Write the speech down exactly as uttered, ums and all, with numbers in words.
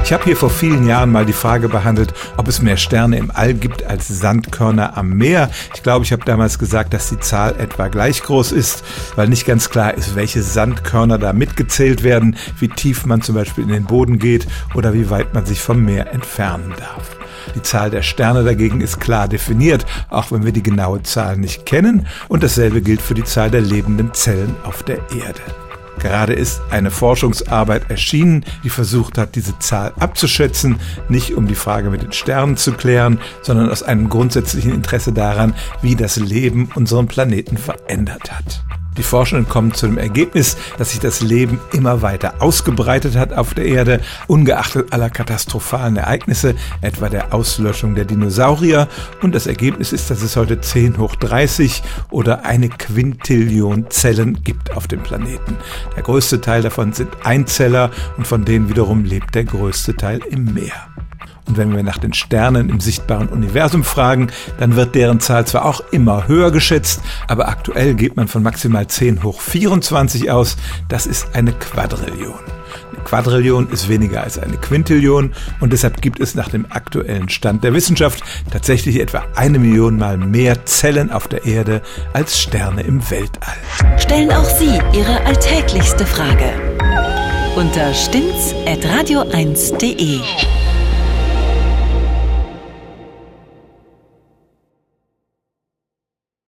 Ich habe hier vor vielen Jahren mal die Frage behandelt, ob es mehr Sterne im All gibt als Sandkörner am Meer. Ich glaube, ich habe damals gesagt, dass die Zahl etwa gleich groß ist, weil nicht ganz klar ist, welche Sandkörner da mitgezählt werden, wie tief man zum Beispiel in den Boden geht oder wie weit man sich vom Meer entfernen darf. Die Zahl der Sterne dagegen ist klar definiert, auch wenn wir die genaue Zahl nicht kennen. Und dasselbe gilt für die Zahl der lebenden Zellen auf der Erde. Gerade ist eine Forschungsarbeit erschienen, die versucht hat, diese Zahl abzuschätzen, nicht um die Frage mit den Sternen zu klären, sondern aus einem grundsätzlichen Interesse daran, wie das Leben unseren Planeten verändert hat. Die Forschenden kommen zu dem Ergebnis, dass sich das Leben immer weiter ausgebreitet hat auf der Erde, ungeachtet aller katastrophalen Ereignisse, etwa der Auslöschung der Dinosaurier. Und das Ergebnis ist, dass es heute zehn hoch dreißig oder eine Quintillion Zellen gibt auf dem Planeten. Der größte Teil davon sind Einzeller und von denen wiederum lebt der größte Teil im Meer. Und wenn wir nach den Sternen im sichtbaren Universum fragen, dann wird deren Zahl zwar auch immer höher geschätzt, aber aktuell geht man von maximal zehn hoch vierundzwanzig aus. Das ist eine Quadrillion. Eine Quadrillion ist weniger als eine Quintillion und deshalb gibt es nach dem aktuellen Stand der Wissenschaft tatsächlich etwa eine Million Mal mehr Zellen auf der Erde als Sterne im Weltall. Stellen auch Sie Ihre alltäglichste Frage unter stimmt's at radio eins punkt de.